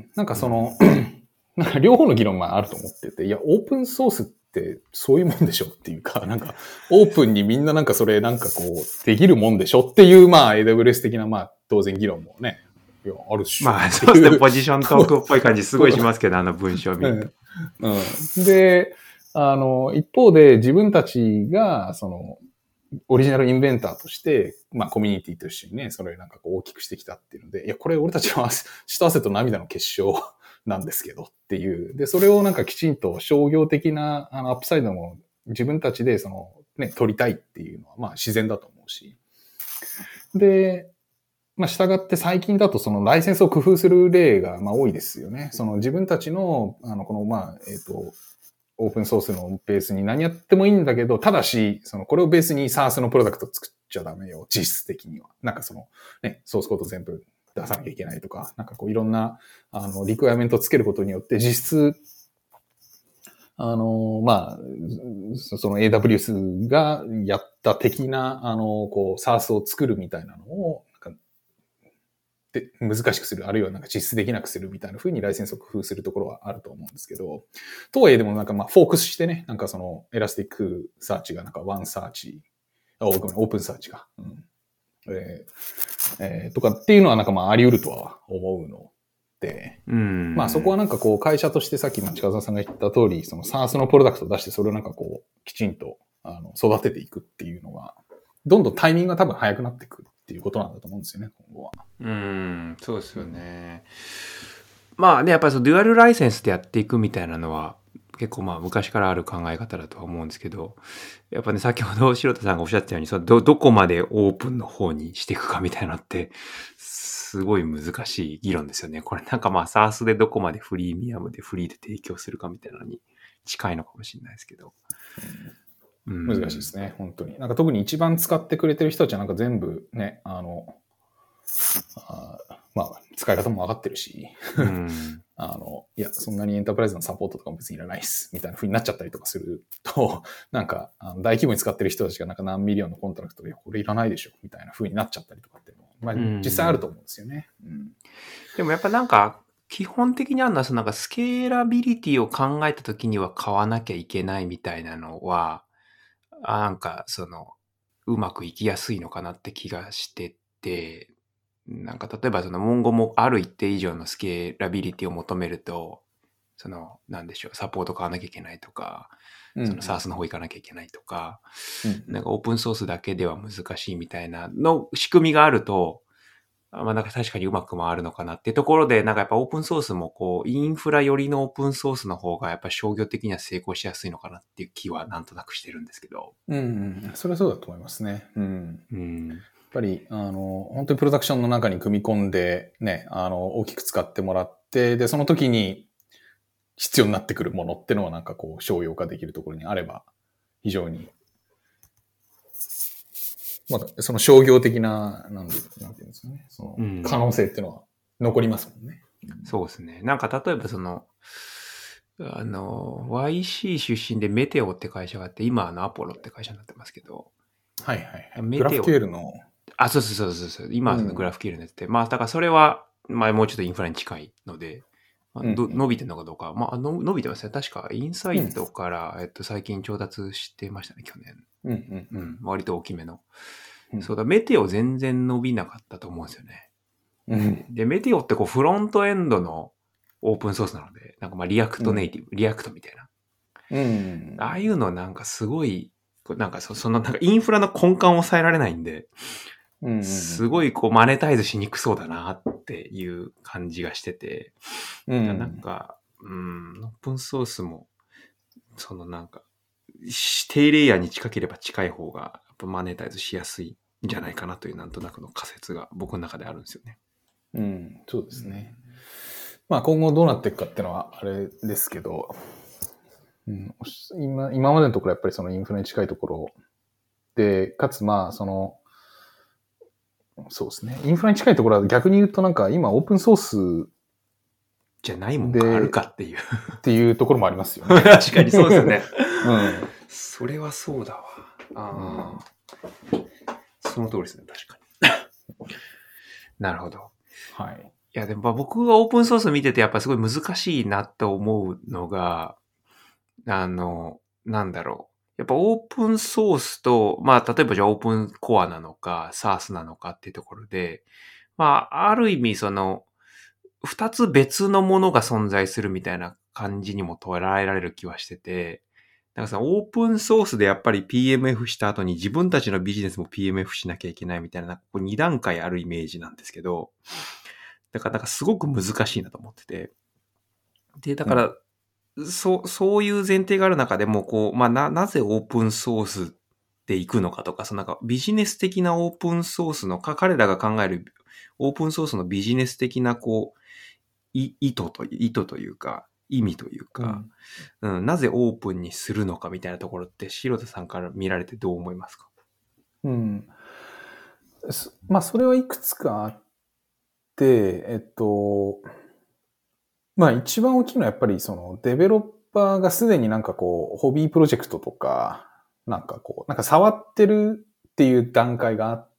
なんかその、うん、なんか両方の議論があると思ってて、いや、オープンソースってそういうもんでしょっていうか、なんか、オープンにみんななんかそれなんかこう、できるもんでしょっていう、まあ、エーダブリューエス 的な、まあ、当然議論もね、いや、あるし。 まあ、そうですね。ポジショントークっぽい感じすごいしますけど、あの文章を見ると。 うん。うん。で、あの、一方で自分たちが、その、オリジナルインベンターとして、まあコミュニティと一緒にね、それをなんかこう大きくしてきたっていうので、いや、これ俺たちの血と汗と涙の結晶なんですけどっていう。で、それをなんかきちんと商業的なあのアップサイドも自分たちでそのね、取りたいっていうのはまあ自然だと思うし。で、 まあ、従って最近だとそのライセンスを工夫する例がまあ多いですよね。その自分たちの、あの、このまあ、えっと、オープンソースのベースに何やってもいいんだけど、ただし、そのこれをベースに SaaS のプロダクトを作っちゃダメよ、実質的には。なんかその、ね、ソースコード全部出さなきゃいけないとか、なんかこういろんな、あの、リクエアメントをつけることによって、実質、あの、まあ、その エーダブリューエス がやった的な、あの、こう、SaaS を作るみたいなのを、なんかで難しくする、あるいはなんか実質できなくするみたいな風にライセンスを工夫するところはあると思うんですけど、とはいえでもなんかまあフォークスしてね、なんかそのエラスティックサーチがなんかワンサーチ、あ、ごめん、オープンサーチか。うんえーえー、とかっていうのはなんかまああり得るとは思うので、 うんまあそこはなんかこう会社としてさっき近澤さんが言った通り、その SaaS のプロダクトを出してそれをなんかこうきちんとあの育てていくっていうのが、どんどんタイミングが多分早くなっていくっていうことなんだと思うんですよね、今後は。 うん、そうですよね。うん、まあね、やっぱりそのデュアルライセンスでやっていくみたいなのは結構まあ昔からある考え方だとは思うんですけど、やっぱね、先ほど白田さんがおっしゃったように、そのど、どこまでオープンの方にしていくかみたいなのって、すごい難しい議論ですよね。これなんかまあ SaaS でどこまでフリーミアムでフリーで提供するかみたいなのに近いのかもしれないですけど。 うん、難しいですね、本当に。なんか特に一番使ってくれてる人たちはなんか全部ね、あの、あまあ、使い方も分かってるし、うん、あの、いや、そんなにエンタープライズのサポートとかも別にいらないっす、みたいな風になっちゃったりとかすると、なんか、あの大規模に使ってる人たちがなんか何ミリオンのコントラクトで、これいらないでしょ、みたいな風になっちゃったりとかっていうのは、まあ、実際あると思うんですよね。うん、 でもやっぱなんか、基本的にあるのは、そのなんかスケーラビリティを考えたときには買わなきゃいけないみたいなのは、なんかその、うまくいきやすいのかなって気がしてて、なんか例えばその今後もある一定以上のスケーラビリティを求めると、その、なんでしょう、サポート買わなきゃいけないとか、その SaaS の方行かなきゃいけないとか、うんうん、なんかオープンソースだけでは難しいみたいなの仕組みがあると、まあなんか確かにうまく回るのかなっていうところで、なんかやっぱオープンソースもこう、インフラ寄りのオープンソースの方がやっぱ商業的には成功しやすいのかなっていう気はなんとなくしてるんですけど。 うん、うん、それはそうだと思いますね。うん。うん、やっぱり、あの、本当にプロダクションの中に組み込んで、ね、あの、大きく使ってもらって、で、その時に必要になってくるものっていうのはなんかこう、商用化できるところにあれば、非常に、まあ、その商業的な、なんていうんですかね、その可能性っていうのは残りますもんね。 うん、そうですね。なんか例えばその、あの、ワイシー 出身でメテオって会社があって、今あのアポロって会社になってますけど。 はいはいはい。メテオ。グラフ キューエル の。 あ、そうそうそうそう。今はそのグラフ キューエル のやつで、うん、まあだからそれは、まあもうちょっとインフラに近いので、まあ、ど伸びてるのかどうか。まあの伸びてますね。確かインサイトから、うん、えっと最近調達してましたね、去年。 うんうんうん。 割と大きめの。うん、そうだ、メテオ全然伸びなかったと思うんですよね。うん、で、メテオってこうフロントエンドのオープンソースなので、なんかまあリアクトネイティブ、うん、リアクトみたいな。うん、ああいうのなんかすごい、なんか そ, そのなんかインフラの根幹を抑えられないんで、うん、すごいこうマネタイズしにくそうだなっていう感じがしてて、うん、なんか、うん、オープンソースも、そのなんか、低レイヤーに近ければ近い方が、やっぱマネタイズしやすいんじゃないかなというなんとなくの仮説が僕の中であるんですよね。 うん、そうですね。うん、まあ今後どうなっていくかっていうのはあれですけど、うん、今, 今までのところやっぱりそのインフラに近いところで、かつまあその、そうですね。インフラに近いところは逆に言うとなんか今オープンソースじゃないもんがあるかっていう。 っていうところもありますよね。 確かにそうですよね。うん。それはそうだわ。ああ、うん。その通りですね、確かに。なるほど。 はい。 いや、でも僕がオープンソース見ててやっぱすごい難しいなと思うのが、あの、なんだろう。やっぱオープンソースと、まあ、例えばじゃあオープンコアなのか、SaaS なのかっていうところで、まあ、ある意味その、二つ別のものが存在するみたいな感じにも捉えられる気はしてて、なんかさ、オープンソースでやっぱり ピーエムエフ した後に自分たちのビジネスも ピーエムエフ しなきゃいけないみたいな、なんかこう二段階あるイメージなんですけど、だからなんかすごく難しいなと思ってて。で、だから、うん、そう、そういう前提がある中でも、こう、まあ、な、なぜオープンソースで行くのかとか、そのなんかビジネス的なオープンソースのか、彼らが考えるオープンソースのビジネス的な、こう、い意図と、意図というか、意味というか、うんうん、なぜオープンにするのかみたいなところって、白田さんから見られてどう思いますか？ うん。まあ、それはいくつかあって、えっと、まあ一番大きいのはやっぱりそのデベロッパーがすでになんかこう、ホビープロジェクトとか、なんかこう、なんか触ってるっていう段階があって、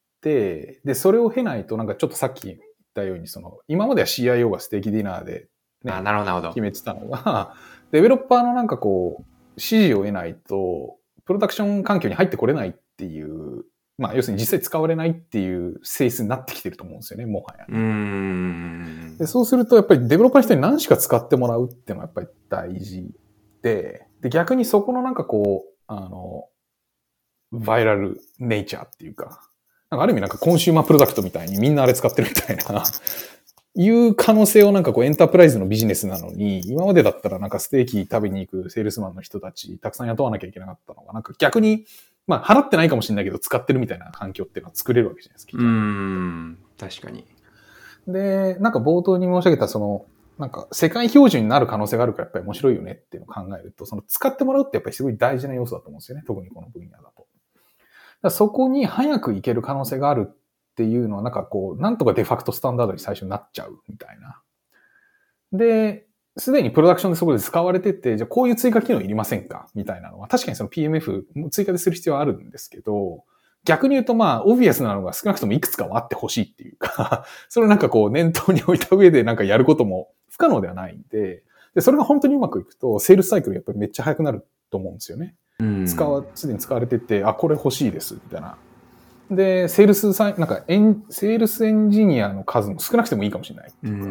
で、それを経ないとなんかちょっとさっき言ったように、その、今までは シーアイオー がステーキディナーで、ね、 あ、なるほど、なるほど。 決めてたのが、デベロッパーのなんかこう、指示を得ないと、プロダクション環境に入ってこれないっていう、まあ要するに実際使われないっていう性質になってきてると思うんですよね、もはや。 うーん。 でそうするとやっぱりデベロッパーの人に何しか使ってもらうっていうのはやっぱり大事で、で逆にそこのなんかこう、あの、バイラルネイチャーっていうか、なんかある意味なんかコンシューマープロダクトみたいにみんなあれ使ってるみたいな、いう可能性をなんかこうエンタープライズのビジネスなのに、今までだったらなんかステーキ食べに行くセールスマンの人たちたくさん雇わなきゃいけなかったのが、なんか逆に、まあ払ってないかもしれないけど使ってるみたいな環境っていうのは作れるわけじゃないですか。 うーん、確かに。 で、なんか冒頭に申し上げたその、なんか世界標準になる可能性があるからやっぱり面白いよねっていうのを考えると、その使ってもらうってやっぱりすごい大事な要素だと思うんですよね。特にこの分野だと。だからそこに早く行ける可能性があるっていうのはなんかこう、なんとかデファクトスタンダードに最初になっちゃうみたいな。で、すでにプロダクションでそこで使われてて、じゃあこういう追加機能いりませんかみたいなのは、確かにその ピーエムエフ 追加でする必要はあるんですけど、逆に言うとまあ、オブビアスなのが少なくともいくつかはあってほしいっていうか、それをなんかこう念頭に置いた上でなんかやることも不可能ではないんで、で、それが本当にうまくいくと、セールスサイクルやっぱりめっちゃ早くなると思うんですよね。 うん、 使わ、すでに使われてて、あ、これ欲しいです、みたいな。で、セールスサイ、なんかエン、セールスエンジニアの数も少なくてもいいかもしれないっていうか、うん、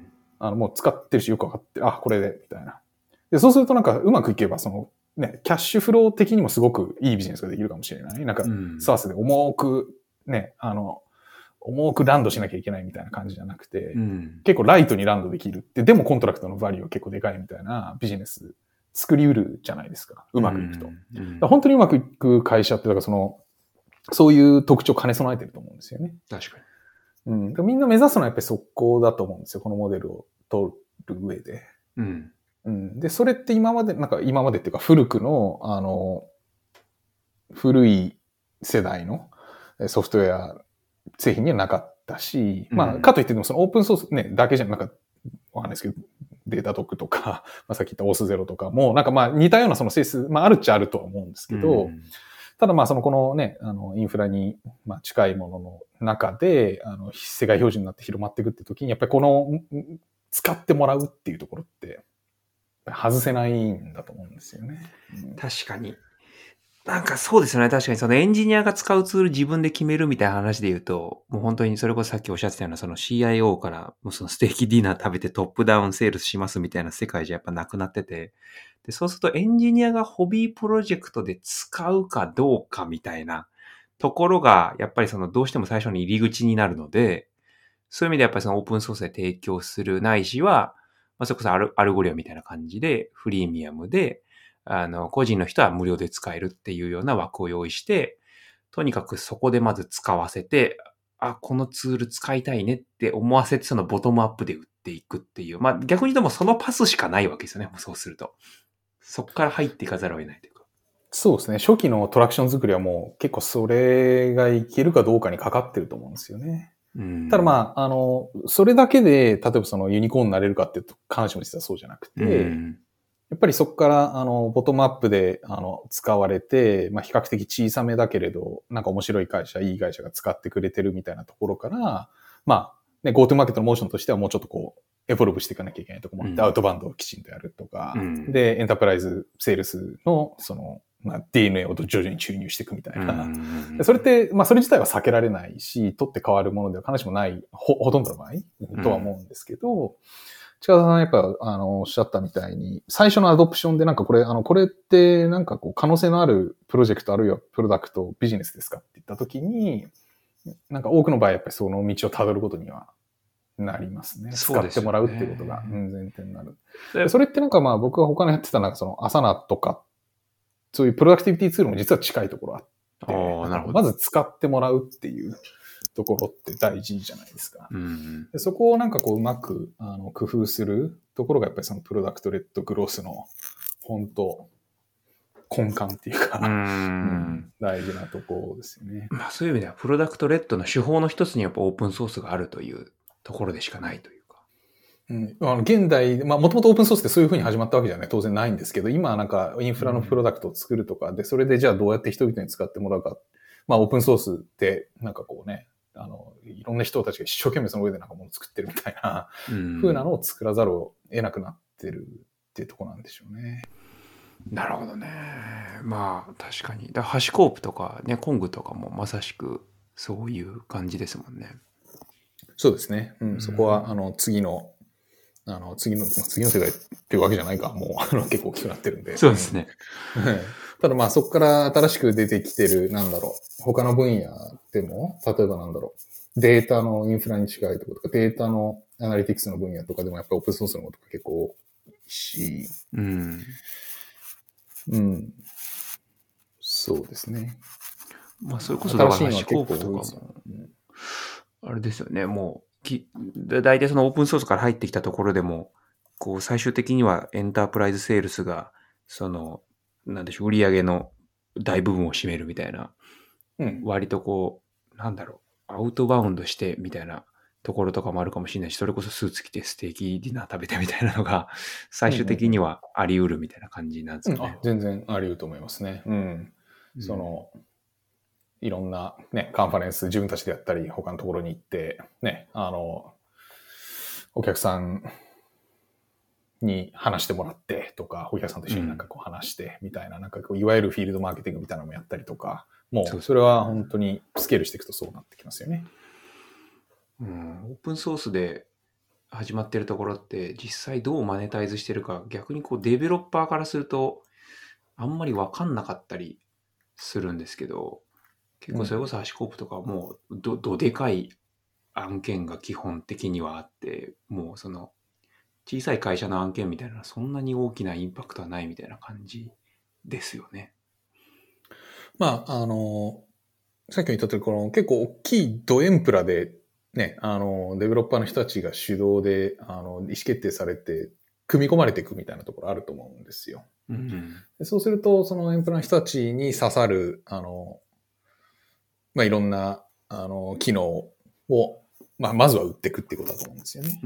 あの、もう使ってるしよくわかってる、あ、これで、みたいな。で、そうするとなんかうまくいけば、その、ね、キャッシュフロー的にもすごくいいビジネスができるかもしれない。なんか、サースで重く、ね、あの、重くランドしなきゃいけないみたいな感じじゃなくて、うん、結構ライトにランドできるって、でもコントラクトのバリューは結構でかいみたいなビジネス作りうるじゃないですか。うまくいくと。うんうん、本当にうまくいく会社って、だからその、そういう特徴を兼ね備えてると思うんですよね。 確かに。うん。みんな目指すのはやっぱりそこだと思うんですよ。このモデルを取る上で。うん。うん。で、それって今まで、なんか今までっていうか古くの、あの、古い世代のソフトウェア製品にはなかったし、うん、まあ、かといってもそのオープンソースね、だけじゃなかった。わかんないですけど、データドックとか、まあ、さっき言ったオースゼロとかも、なんかまあ似たようなその性質、まああるっちゃあるとは思うんですけど、うん、ただまあそのこのね、あのインフラにまあ近いものの中で、あの世界標準になって広まっていくって時に、やっぱりこの使ってもらうっていうところって外せないんだと思うんですよね。 うん、確かに。なんかそうですよね。確かにそのエンジニアが使うツール自分で決めるみたいな話で言うと、もう本当にそれこそさっきおっしゃってたようなその シーアイオー からもうそのステーキディナー食べてトップダウンセールスしますみたいな世界じゃやっぱなくなってて、で、そうするとエンジニアがホビープロジェクトで使うかどうかみたいなところがやっぱりそのどうしても最初に入り口になるので、そういう意味でやっぱりそのオープンソースで提供するないしは、まあ、それこそアル、アルゴリアみたいな感じでフリーミアムであの、個人の人は無料で使えるっていうような枠を用意して、とにかくそこでまず使わせて、あ、このツール使いたいねって思わせて、そのボトムアップで売っていくっていう。まあ逆に言うともそのパスしかないわけですよね。そうすると。そこから入っていかざるを得ないというか。 そうですね。初期のトラクション作りはもう結構それがいけるかどうかにかかってると思うんですよね。うん、ただまあ、あの、それだけで、例えばそのユニコーンになれるかっていうと、必ずしも実はそうじゃなくて、うんやっぱりそこから、あの、ボトムアップで、あの、使われて、まあ、比較的小さめだけれど、なんか面白い会社、いい会社が使ってくれてるみたいなところから、まあ、ね、ゴートゥーマーケットのモーションとしてはもうちょっとこう、エボルブしていかなきゃいけないところもあって、うん、アウトバウンドをきちんとやるとか、うん、で、エンタープライズ、セールスの、その、まあ、ディーエヌエー を徐々に注入していくみたいな。うん、それって、まあ、それ自体は避けられないし、取って変わるものでは必ずしもない、ほ、ほとんどの場合とは思うんですけど、うん近田さんやっぱ、あの、おっしゃったみたいに、最初のアドプションでなんかこれ、あの、これってなんかこう、可能性のあるプロジェクトあるいはプロダクト、ビジネスですかって言ったときに、なんか多くの場合やっぱりその道をたどることにはなりますね。使ってもらうっていうことが、うん、前提になる。それってなんかまあ僕が他のやってたなんかそのアサナとか、そういうプロダクティビティツールも実は近いところあって、まず使ってもらうっていうところって大事じゃないですか。 うん、 でそこをなんかこううまくあの工夫するところがやっぱりそのプロダクトレッドグロースの本当根幹っていうか、 うんうん、 大事なところですよね。 まあそういう意味ではプロダクトレッドの手法の一つにやっぱオープンソースがあるというところでしかないというか。 うん、あの現代、まあもともとオープンソースってそういうふうに始まったわけじゃない当然ないんですけど、今はなんかインフラのプロダクトを作るとかで、それでじゃあどうやって人々に使ってもらうか。まあオープンソースってなんかこうね、あの、いろんな人たちが一生懸命その上でなんかものを作ってるみたいな、うん、風なのを作らざるを得なくなってるっていうところなんでしょうね。 なるほどね。まあ確かに。だハシコープとかね、コングとかもまさしくそういう感じですもんね。 そうですね。うん、そこはあの次の、あの次の、次の世代っていうわけじゃないか。もうあの結構大きくなってるんで。 そうですね。 うん、ただまあそこから新しく出てきてる、なんだろう。他の分野でも、例えばなんだろう。データのインフラに近いところとか、データのアナリティクスの分野とかでもやっぱりオープンソースのことが結構多いし、 うん。 うん。そうですね。 まあ、それこそだからハシコープとかも、 うん、 あれですよね。もうき、大体そのオープンソースから入ってきたところでも、こう、最終的にはエンタープライズセールスが、その、なんでしょう、売上の大部分を占めるみたいな、 うん、 割とこう、なんだろう、アウトバウンドしてみたいなところとかもあるかもしれないし、それこそスーツ着てステーキディナー食べてみたいなのが、最終的にはあり得るみたいな感じなんですよね。 うんうんうん、全然あり得ると思いますね。うん。うん、その、いろんなね、カンファレンス自分たちでやったり、他のところに行って、ね、あの、お客さんに話してもらってとか、お客さんと一緒になんかこう話してみたいな、うん、なんかこう、いわゆるフィールドマーケティングみたいなのもやったりとか、もうそれは本当にスケールしていくとそうなってきますよね。 うん、オープンソースで始まってるところって実際どうマネタイズしてるか、逆にこうデベロッパーからするとあんまり分かんなかったりするんですけど、結構それこそハシコープとかもう ど, どでかい案件が基本的にはあって、もうその小さい会社の案件みたいなそんなに大きなインパクトはないみたいな感じですよね。 まあ、あの、さっきも言ったとおり、この結構大きいドエンプラでね、あの、デベロッパーの人たちが主導で、あの、意思決定されて、組み込まれていくみたいなところあると思うんですよ。 うん、 でそうすると、そのエンプラの人たちに刺さる、あの、まあ、いろんな、あの、機能を、まあ、まずは売っていくっていうことだと思うんですよね。 うん、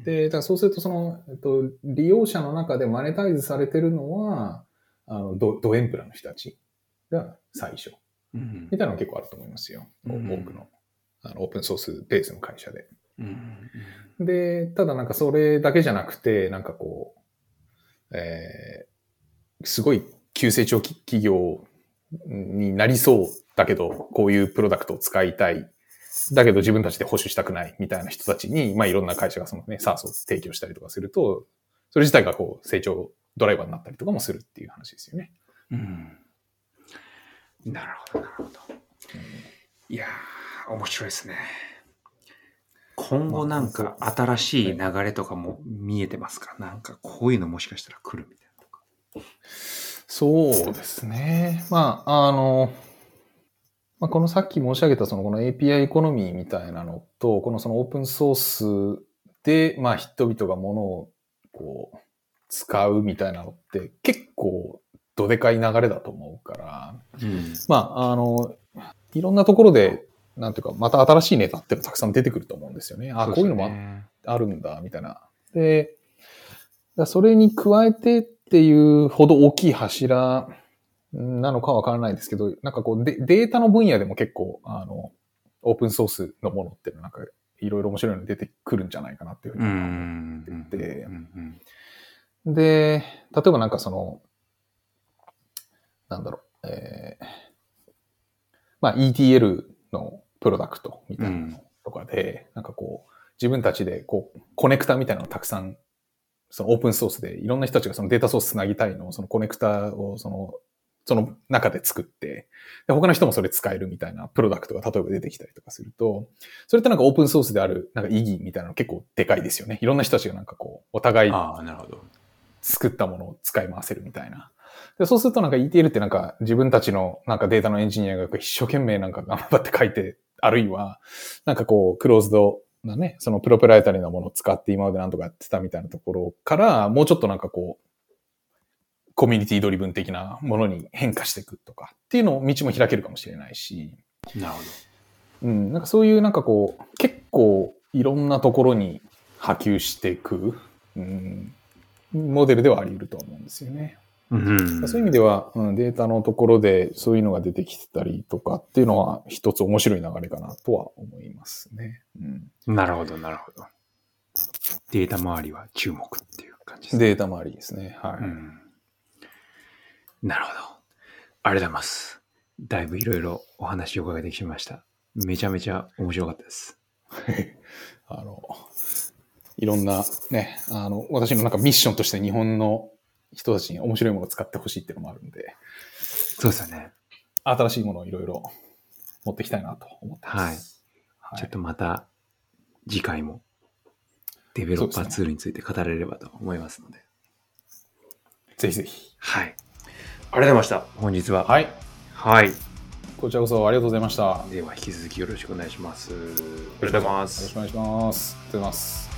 で、だからそうすると、その、えっと、利用者の中でマネタイズされてるのは、あの、ド、ドエンプラの人たちが最初。 うん、 みたいなのが結構あると思いますよ。うん、多くの、あの、オープンソースベースの会社で。うん、で、ただなんかそれだけじゃなくて、なんかこう、えー、すごい急成長企業になりそうだけど、こういうプロダクトを使いたい。だけど自分たちで保守したくないみたいな人たちに、まあいろんな会社がそのね、サースを提供したりとかすると、それ自体がこう成長ドライバーになったりとかもするっていう話ですよね。 うん。なるほど、なるほど。うん、いやー、面白いですね。今後なんか新しい流れとかも見えてますか？なんかこういうのもしかしたら来るみたいなとか。 そうですね。まあ、あの、まあ、このさっき申し上げたそのこの エーピーアイ エコノミーみたいなのと、このそのオープンソースで、まあ人々がものをこう使うみたいなのって結構どでかい流れだと思うから、うん、まあ、あの、いろんなところで、なんていうか、また新しいネタってたくさん出てくると思うんですよね。あ、こういうのもあるんだ、みたいな。で、それに加えてっていうほど大きい柱なのかわからないですけど、なんかこうデ、データの分野でも結構、あの、オープンソースのものっていうのはなんか、いろいろ面白いの出てくるんじゃないかなっていうふうに思ってて。で、例えばなんかその、なんだろう、えー、まあ イーティーエル のプロダクトみたいなのとかで、うん、なんかこう、自分たちでこう、コネクタみたいなのをたくさん、そのオープンソースでいろんな人たちがそのデータソースつなぎたいのを、そのコネクタをその、その中で作って、で他の人もそれ使えるみたいなプロダクトが例えば出てきたりとかすると、それってなんかオープンソースであるなんか意義みたいなの結構でかいですよね。いろんな人たちがなんかこう、お互い作ったものを使い回せるみたいな。でそうするとなんか イーティーエル ってなんか自分たちのなんかデータのエンジニアが一生懸命なんか頑張って書いてあるいは、なんかこう、クローズドなね、そのプロプライタリーなものを使って今までなんとかやってたみたいなところから、もうちょっとなんかこう、コミュニティドリブン的なものに変化していくとかっていうのを道も開けるかもしれないし。 なるほど。うん、なんかそういうなんかこう、結構いろんなところに波及していく、うん、モデルではあり得ると思うんですよね。 うん、 そういう意味では、うん、データのところでそういうのが出てきてたりとかっていうのは一つ面白い流れかなとは思いますね。 うん、なるほど、なるほど。データ周りは注目っていう感じですね。 データ周りですね。はい。うん、 なるほど。ありがとうございます。だいぶいろいろお話をお伺いできました。めちゃめちゃ面白かったです。 あの、いろんなね、あの、私のなんかミッションとして日本の人たちに面白いものを使ってほしいっていうのもあるんで。 そうですよね。 新しいものをいろいろ持っていきたいなと思ってます。 はい。はい、ちょっとまた次回もデベロッパーツールについて語れればと思いますので。 ぜひぜひ。 はい。ありがとうございました。本日は。 はい。 はい。 こちらこそありがとうございました。 では引き続きよろしくお願いします。よろしくお願いします。 よろしくお願いします。ありがとうございます。